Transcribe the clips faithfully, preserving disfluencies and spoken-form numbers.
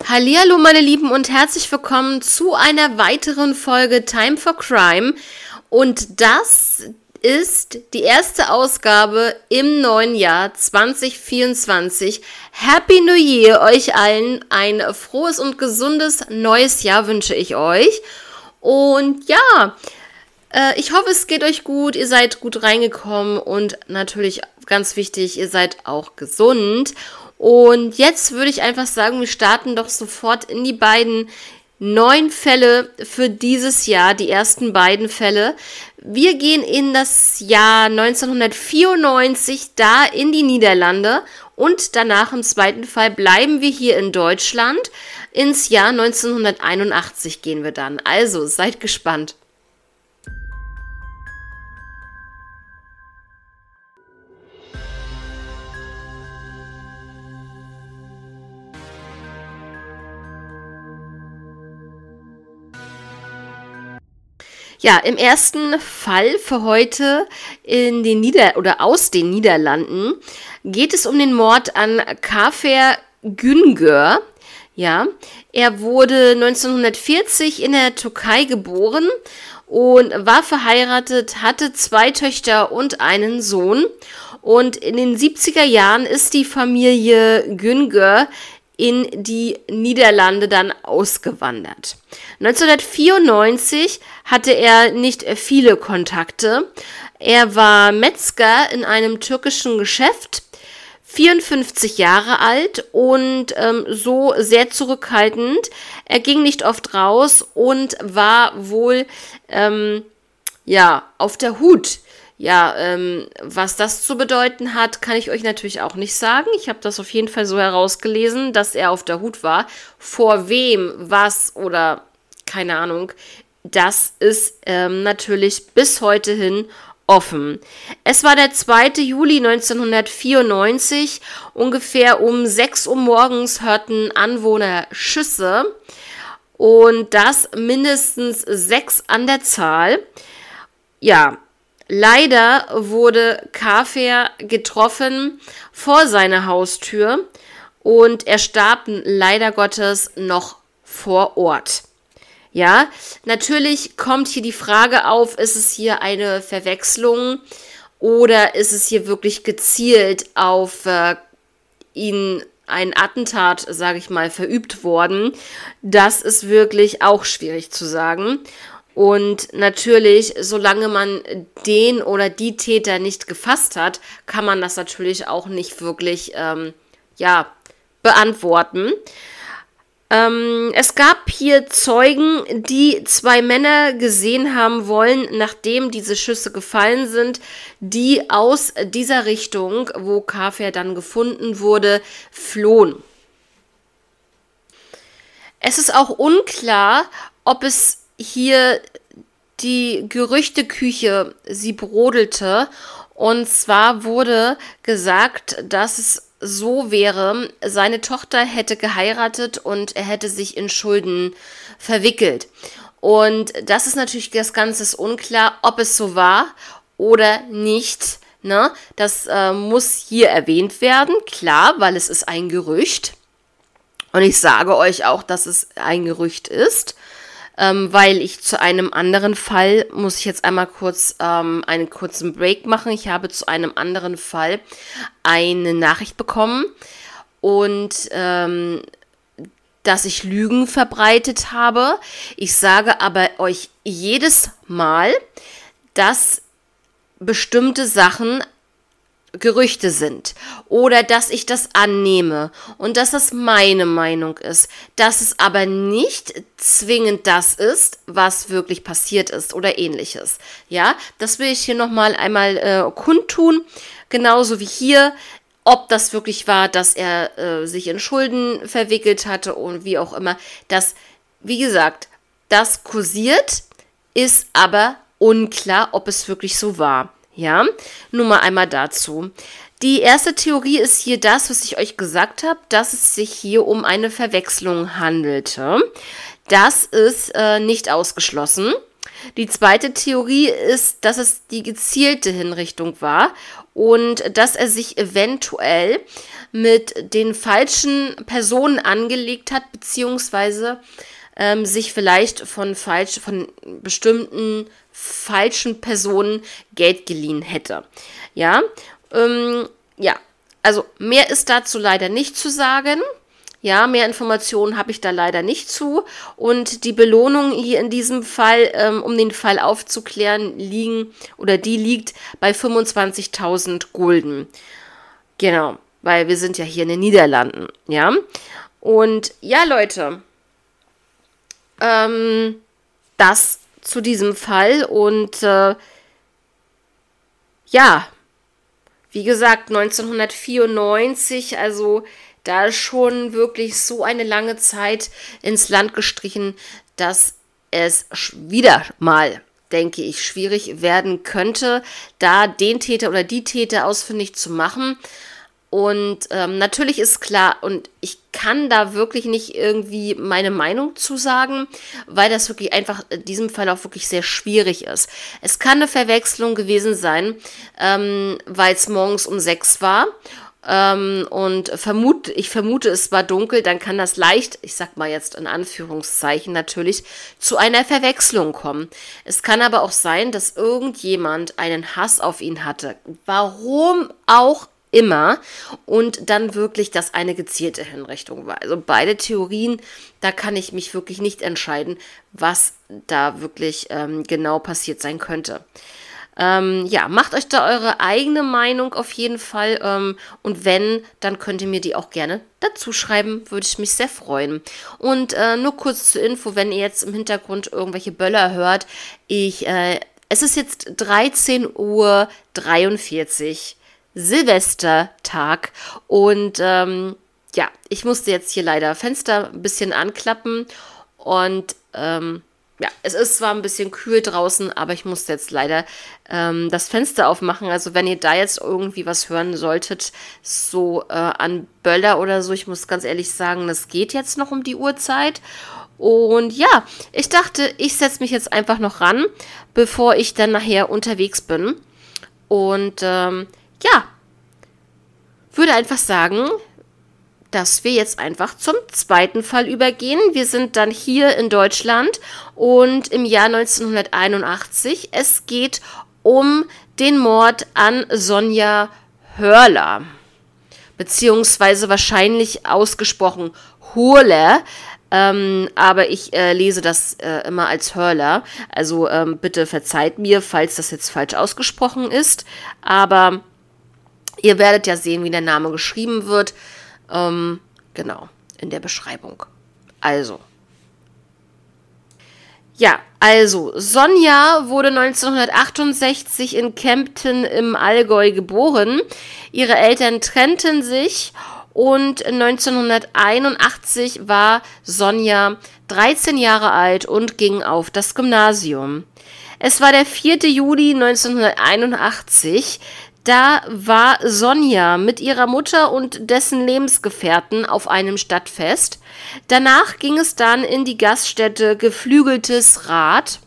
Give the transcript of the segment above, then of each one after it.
Hallihallo meine Lieben und herzlich willkommen zu einer weiteren Folge Time for Crime und das ist die erste Ausgabe im neuen Jahr zwanzig vierundzwanzig. Happy New Year euch allen, ein frohes und gesundes neues Jahr wünsche ich euch und ja, äh, ich hoffe es geht euch gut, ihr seid gut reingekommen und natürlich ganz wichtig, ihr seid auch gesund. Und jetzt würde ich einfach sagen, wir starten doch sofort in die beiden neuen Fälle für dieses Jahr, die ersten beiden Fälle. Wir gehen in das Jahr neunzehnhundertvierundneunzig, da in die Niederlande und danach im zweiten Fall bleiben wir hier in Deutschland. Ins Jahr neunzehnhunderteinundachtzig gehen wir dann. Also seid gespannt. Ja, im ersten Fall für heute in den Nieder- oder aus den Niederlanden geht es um den Mord an Cafer Güngör. Ja, er wurde neunzehnhundertvierzig in der Türkei geboren und war verheiratet, hatte zwei Töchter und einen Sohn. Und in den siebziger Jahren ist die Familie Güngör in die Niederlande dann ausgewandert. neunzehnhundertvierundneunzig hatte er nicht viele Kontakte. Er war Metzger in einem türkischen Geschäft, vierundfünfzig Jahre alt und ähm, so sehr zurückhaltend. Er ging nicht oft raus und war wohl ähm, ja auf der Hut. Ja, ähm, was das zu bedeuten hat, kann ich euch natürlich auch nicht sagen. Ich habe das auf jeden Fall so herausgelesen, dass er auf der Hut war. Vor wem, was oder keine Ahnung, das ist ähm, natürlich bis heute hin offen. Es war der zweite Juli neunzehnhundertvierundneunzig. Ungefähr um sechs Uhr morgens hörten Anwohner Schüsse und das mindestens sechs an der Zahl. Ja, leider wurde Cafer getroffen vor seiner Haustür und er starb leider Gottes noch vor Ort. Ja, natürlich kommt hier die Frage auf, ist es hier eine Verwechslung oder ist es hier wirklich gezielt auf äh, ihn ein Attentat, sage ich mal, verübt worden? Das ist wirklich auch schwierig zu sagen. Und natürlich, solange man den oder die Täter nicht gefasst hat, kann man das natürlich auch nicht wirklich, ähm, ja, beantworten. Ähm, es gab hier Zeugen, die zwei Männer gesehen haben wollen, nachdem diese Schüsse gefallen sind, die aus dieser Richtung, wo Cafer dann gefunden wurde, flohen. Es ist auch unklar, ob es hier die Gerüchteküche, sie brodelte. Und zwar wurde gesagt, dass es so wäre, seine Tochter hätte geheiratet und er hätte sich in Schulden verwickelt. Und das ist natürlich, das Ganze ist unklar, ob es so war oder nicht. Ne? Das äh, muss hier erwähnt werden, klar, weil es ist ein Gerücht. Und ich sage euch auch, dass es ein Gerücht ist. Ähm, weil ich zu einem anderen Fall, muss ich jetzt einmal kurz ähm, einen kurzen Break machen. Ich habe zu einem anderen Fall eine Nachricht bekommen und ähm, dass ich Lügen verbreitet habe. Ich sage aber euch jedes Mal, dass bestimmte Sachen Gerüchte sind oder dass ich das annehme und dass das meine Meinung ist, dass es aber nicht zwingend das ist, was wirklich passiert ist oder ähnliches. Ja, das will ich hier nochmal einmal äh, kundtun, genauso wie hier, ob das wirklich war, dass er äh, sich in Schulden verwickelt hatte und wie auch immer. Das, wie gesagt, das kursiert, ist aber unklar, ob es wirklich so war. Ja, nur mal einmal dazu. Die erste Theorie ist hier das, was ich euch gesagt habe, dass es sich hier um eine Verwechslung handelte. Das ist äh, nicht ausgeschlossen. Die zweite Theorie ist, dass es die gezielte Hinrichtung war und dass er sich eventuell mit den falschen Personen angelegt hat, beziehungsweise ähm, sich vielleicht von falsch, von bestimmten falschen Personen Geld geliehen hätte. Ja, ähm, ja, also mehr ist dazu leider nicht zu sagen. Ja, mehr Informationen habe ich da leider nicht zu. Und die Belohnung hier in diesem Fall, ähm, um den Fall aufzuklären, liegen oder die liegt bei fünfundzwanzigtausend Gulden. Genau, weil wir sind ja hier in den Niederlanden, ja. Und ja, Leute, ähm, das zu diesem Fall. Und äh, ja, wie gesagt, neunzehnhundertvierundneunzig, also da ist schon wirklich so eine lange Zeit ins Land gestrichen, dass es wieder mal, denke ich, schwierig werden könnte, da den Täter oder die Täter ausfindig zu machen. Und ähm, natürlich ist klar, und ich kann da wirklich nicht irgendwie meine Meinung zu sagen, weil das wirklich einfach in diesem Fall auch wirklich sehr schwierig ist. Es kann eine Verwechslung gewesen sein, ähm, weil es morgens um sechs war. Ähm, und vermute, ich vermute, es war dunkel, dann kann das leicht, ich sag mal jetzt in Anführungszeichen natürlich, zu einer Verwechslung kommen. Es kann aber auch sein, dass irgendjemand einen Hass auf ihn hatte. Warum auch immer, und dann wirklich das eine gezielte Hinrichtung war. Also beide Theorien, da kann ich mich wirklich nicht entscheiden, was da wirklich ähm, genau passiert sein könnte. Ähm, ja, macht euch da eure eigene Meinung auf jeden Fall, ähm, und wenn, dann könnt ihr mir die auch gerne dazu schreiben, würde ich mich sehr freuen. Und äh, nur kurz zur Info, wenn ihr jetzt im Hintergrund irgendwelche Böller hört, ich, äh, es ist jetzt dreizehn Uhr dreiundvierzig, Silvestertag, und ähm, ja, ich musste jetzt hier leider Fenster ein bisschen anklappen und ähm, ja, es ist zwar ein bisschen kühl draußen, aber ich musste jetzt leider ähm, das Fenster aufmachen. Also wenn ihr da jetzt irgendwie was hören solltet, so äh, an Böller oder so, ich muss ganz ehrlich sagen, das geht jetzt noch um die Uhrzeit. Und ja, ich dachte, ich setze mich jetzt einfach noch ran, bevor ich dann nachher unterwegs bin. Und ähm, ja, würde einfach sagen, dass wir jetzt einfach zum zweiten Fall übergehen. Wir sind dann hier in Deutschland und im Jahr neunzehnhunderteinundachtzig. Es geht um den Mord an Sonja Hörler, beziehungsweise wahrscheinlich ausgesprochen Hurler, ähm, aber ich äh, lese das äh, immer als Hörler. Also ähm, bitte verzeiht mir, falls das jetzt falsch ausgesprochen ist, aber ihr werdet ja sehen, wie der Name geschrieben wird. Ähm, genau, in der Beschreibung. Also. Ja, also, Sonja wurde neunzehnhundertachtundsechzig in Kempten im Allgäu geboren. Ihre Eltern trennten sich und neunzehnhunderteinundachtzig war Sonja dreizehn Jahre alt und ging auf das Gymnasium. Es war der vierte Juli neunzehnhunderteinundachtzig. Da war Sonja mit ihrer Mutter und dessen Lebensgefährten auf einem Stadtfest. Danach ging es dann in die Gaststätte Geflügeltes Rad.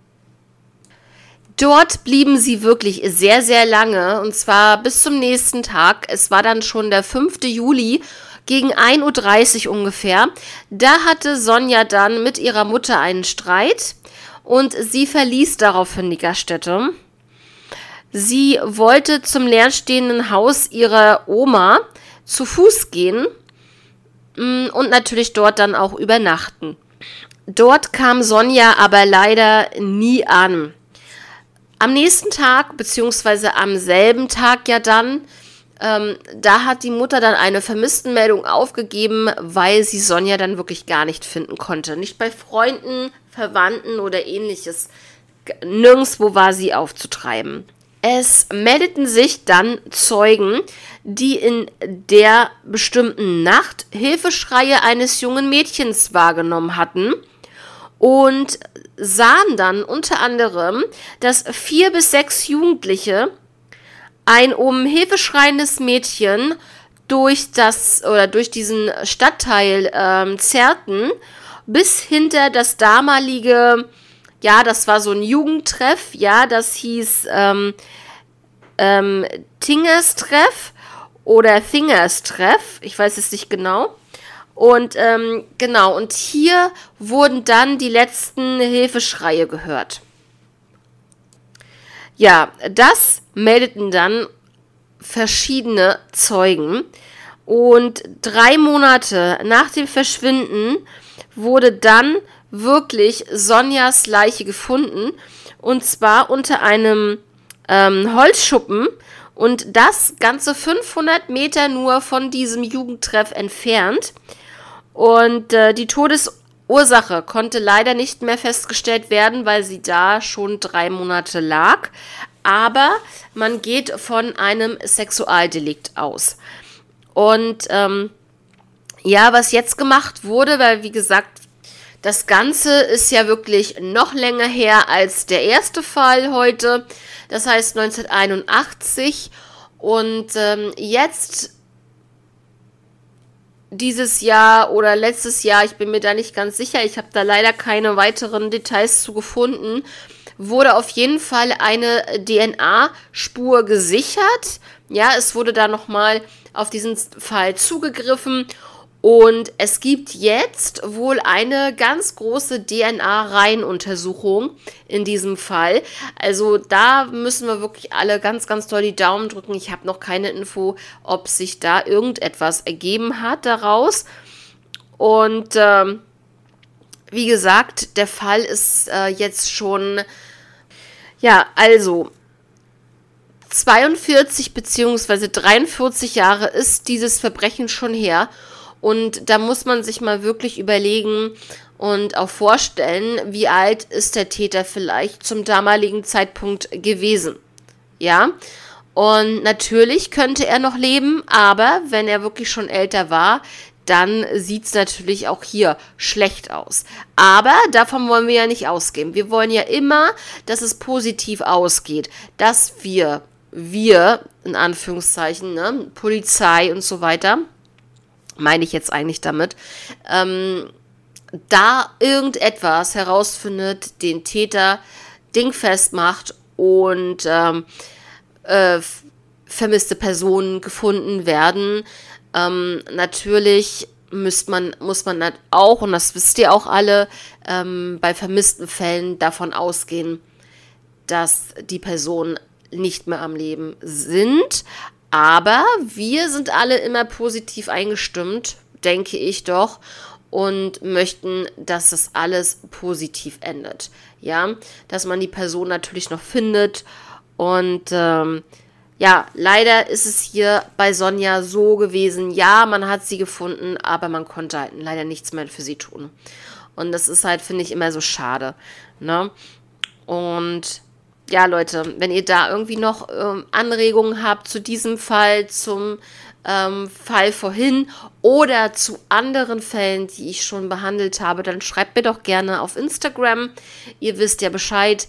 Dort blieben sie wirklich sehr, sehr lange, und zwar bis zum nächsten Tag. Es war dann schon der fünfte Juli, gegen ein Uhr dreißig ungefähr. Da hatte Sonja dann mit ihrer Mutter einen Streit und sie verließ daraufhin die Gaststätte. Sie wollte zum leerstehenden Haus ihrer Oma zu Fuß gehen und natürlich dort dann auch übernachten. Dort kam Sonja aber leider nie an. Am nächsten Tag, beziehungsweise am selben Tag ja dann, ähm, da hat die Mutter dann eine Vermisstenmeldung aufgegeben, weil sie Sonja dann wirklich gar nicht finden konnte. Nicht bei Freunden, Verwandten oder ähnliches. Nirgendwo war sie aufzutreiben. Es meldeten sich dann Zeugen, die in der bestimmten Nacht Hilfeschreie eines jungen Mädchens wahrgenommen hatten und sahen dann unter anderem, dass vier bis sechs Jugendliche ein um Hilfe schreiendes Mädchen durch das oder durch diesen Stadtteil ähm, zerrten, bis hinter das damalige, ja, das war so ein Jugendtreff, ja, das hieß ähm, ähm, Tingerstreff, oder Thingerstreff, ich weiß es nicht genau. Und ähm, genau, und hier wurden dann die letzten Hilfeschreie gehört. Ja, das meldeten dann verschiedene Zeugen. Und drei Monate nach dem Verschwinden wurde dann wirklich Sonjas Leiche gefunden. Und zwar unter einem ähm, Holzschuppen. Und das ganze fünfhundert Meter nur von diesem Jugendtreff entfernt. Und äh, die Todesursache konnte leider nicht mehr festgestellt werden, weil sie da schon drei Monate lag. Aber man geht von einem Sexualdelikt aus. Und ähm, ja, was jetzt gemacht wurde, weil wie gesagt, das Ganze ist ja wirklich noch länger her als der erste Fall heute. Das heißt neunzehnhunderteinundachtzig. Und ähm, jetzt dieses Jahr oder letztes Jahr, ich bin mir da nicht ganz sicher, ich habe da leider keine weiteren Details zu gefunden, wurde auf jeden Fall eine D N A-Spur gesichert. Ja, es wurde da nochmal auf diesen Fall zugegriffen und es gibt jetzt wohl eine ganz große D N A-Reihenuntersuchung in diesem Fall. Also da müssen wir wirklich alle ganz, ganz doll die Daumen drücken. Ich habe noch keine Info, ob sich da irgendetwas ergeben hat daraus. Und ähm, wie gesagt, der Fall ist äh, jetzt schon, ja, also zweiundvierzig bzw. dreiundvierzig Jahre ist dieses Verbrechen schon her. Und da muss man sich mal wirklich überlegen und auch vorstellen, wie alt ist der Täter vielleicht zum damaligen Zeitpunkt gewesen. Ja, und natürlich könnte er noch leben, aber wenn er wirklich schon älter war, dann sieht es natürlich auch hier schlecht aus. Aber davon wollen wir ja nicht ausgehen. Wir wollen ja immer, dass es positiv ausgeht, dass wir, wir, in Anführungszeichen, ne, Polizei und so weiter, meine ich jetzt eigentlich damit, ähm, da irgendetwas herausfindet, den Täter dingfest macht und ähm, äh, vermisste Personen gefunden werden. Ähm, natürlich müsst man, muss man auch, und das wisst ihr auch alle, ähm, bei vermissten Fällen davon ausgehen, dass die Personen nicht mehr am Leben sind. Aber wir sind alle immer positiv eingestimmt, denke ich doch, und möchten, dass das alles positiv endet. Ja, dass man die Person natürlich noch findet. Und ähm, ja, leider ist es hier bei Sonja so gewesen, ja, man hat sie gefunden, aber man konnte halt leider nichts mehr für sie tun. Und das ist halt, finde ich, immer so schade, ne? Und ja, Leute, wenn ihr da irgendwie noch ähm, Anregungen habt zu diesem Fall, zum ähm, Fall vorhin oder zu anderen Fällen, die ich schon behandelt habe, dann schreibt mir doch gerne auf Instagram. Ihr wisst ja Bescheid,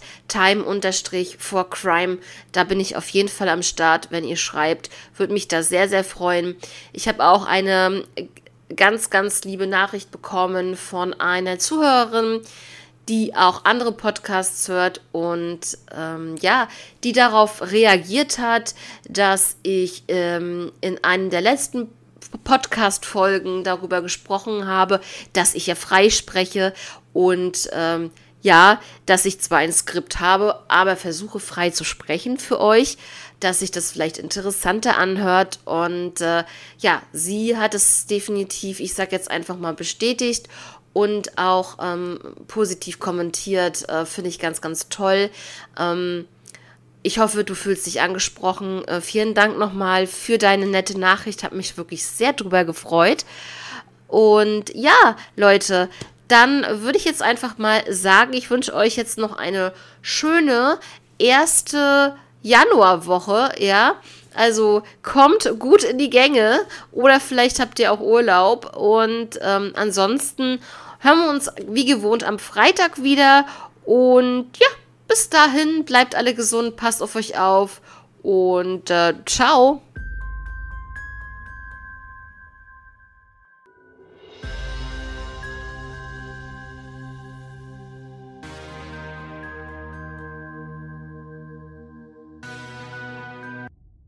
time-for-crime. Da bin ich auf jeden Fall am Start, wenn ihr schreibt. Würde mich da sehr, sehr freuen. Ich habe auch eine ganz, ganz liebe Nachricht bekommen von einer Zuhörerin, die auch andere Podcasts hört und ähm, ja, die darauf reagiert hat, dass ich ähm, in einem der letzten Podcast-Folgen darüber gesprochen habe, dass ich ja frei spreche und ähm, ja, dass ich zwar ein Skript habe, aber versuche frei zu sprechen für euch, dass sich das vielleicht interessanter anhört und äh, ja, sie hat es definitiv, ich sag jetzt einfach mal, bestätigt und auch ähm, positiv kommentiert, äh, finde ich ganz, ganz toll. Ähm, ich hoffe, du fühlst dich angesprochen. Äh, vielen Dank nochmal für deine nette Nachricht, hat mich wirklich sehr drüber gefreut. Und ja, Leute, dann würde ich jetzt einfach mal sagen, ich wünsche euch jetzt noch eine schöne erste Januarwoche, ja. Also kommt gut in die Gänge oder vielleicht habt ihr auch Urlaub und ähm, ansonsten hören wir uns wie gewohnt am Freitag wieder und ja, bis dahin bleibt alle gesund, passt auf euch auf und äh, ciao.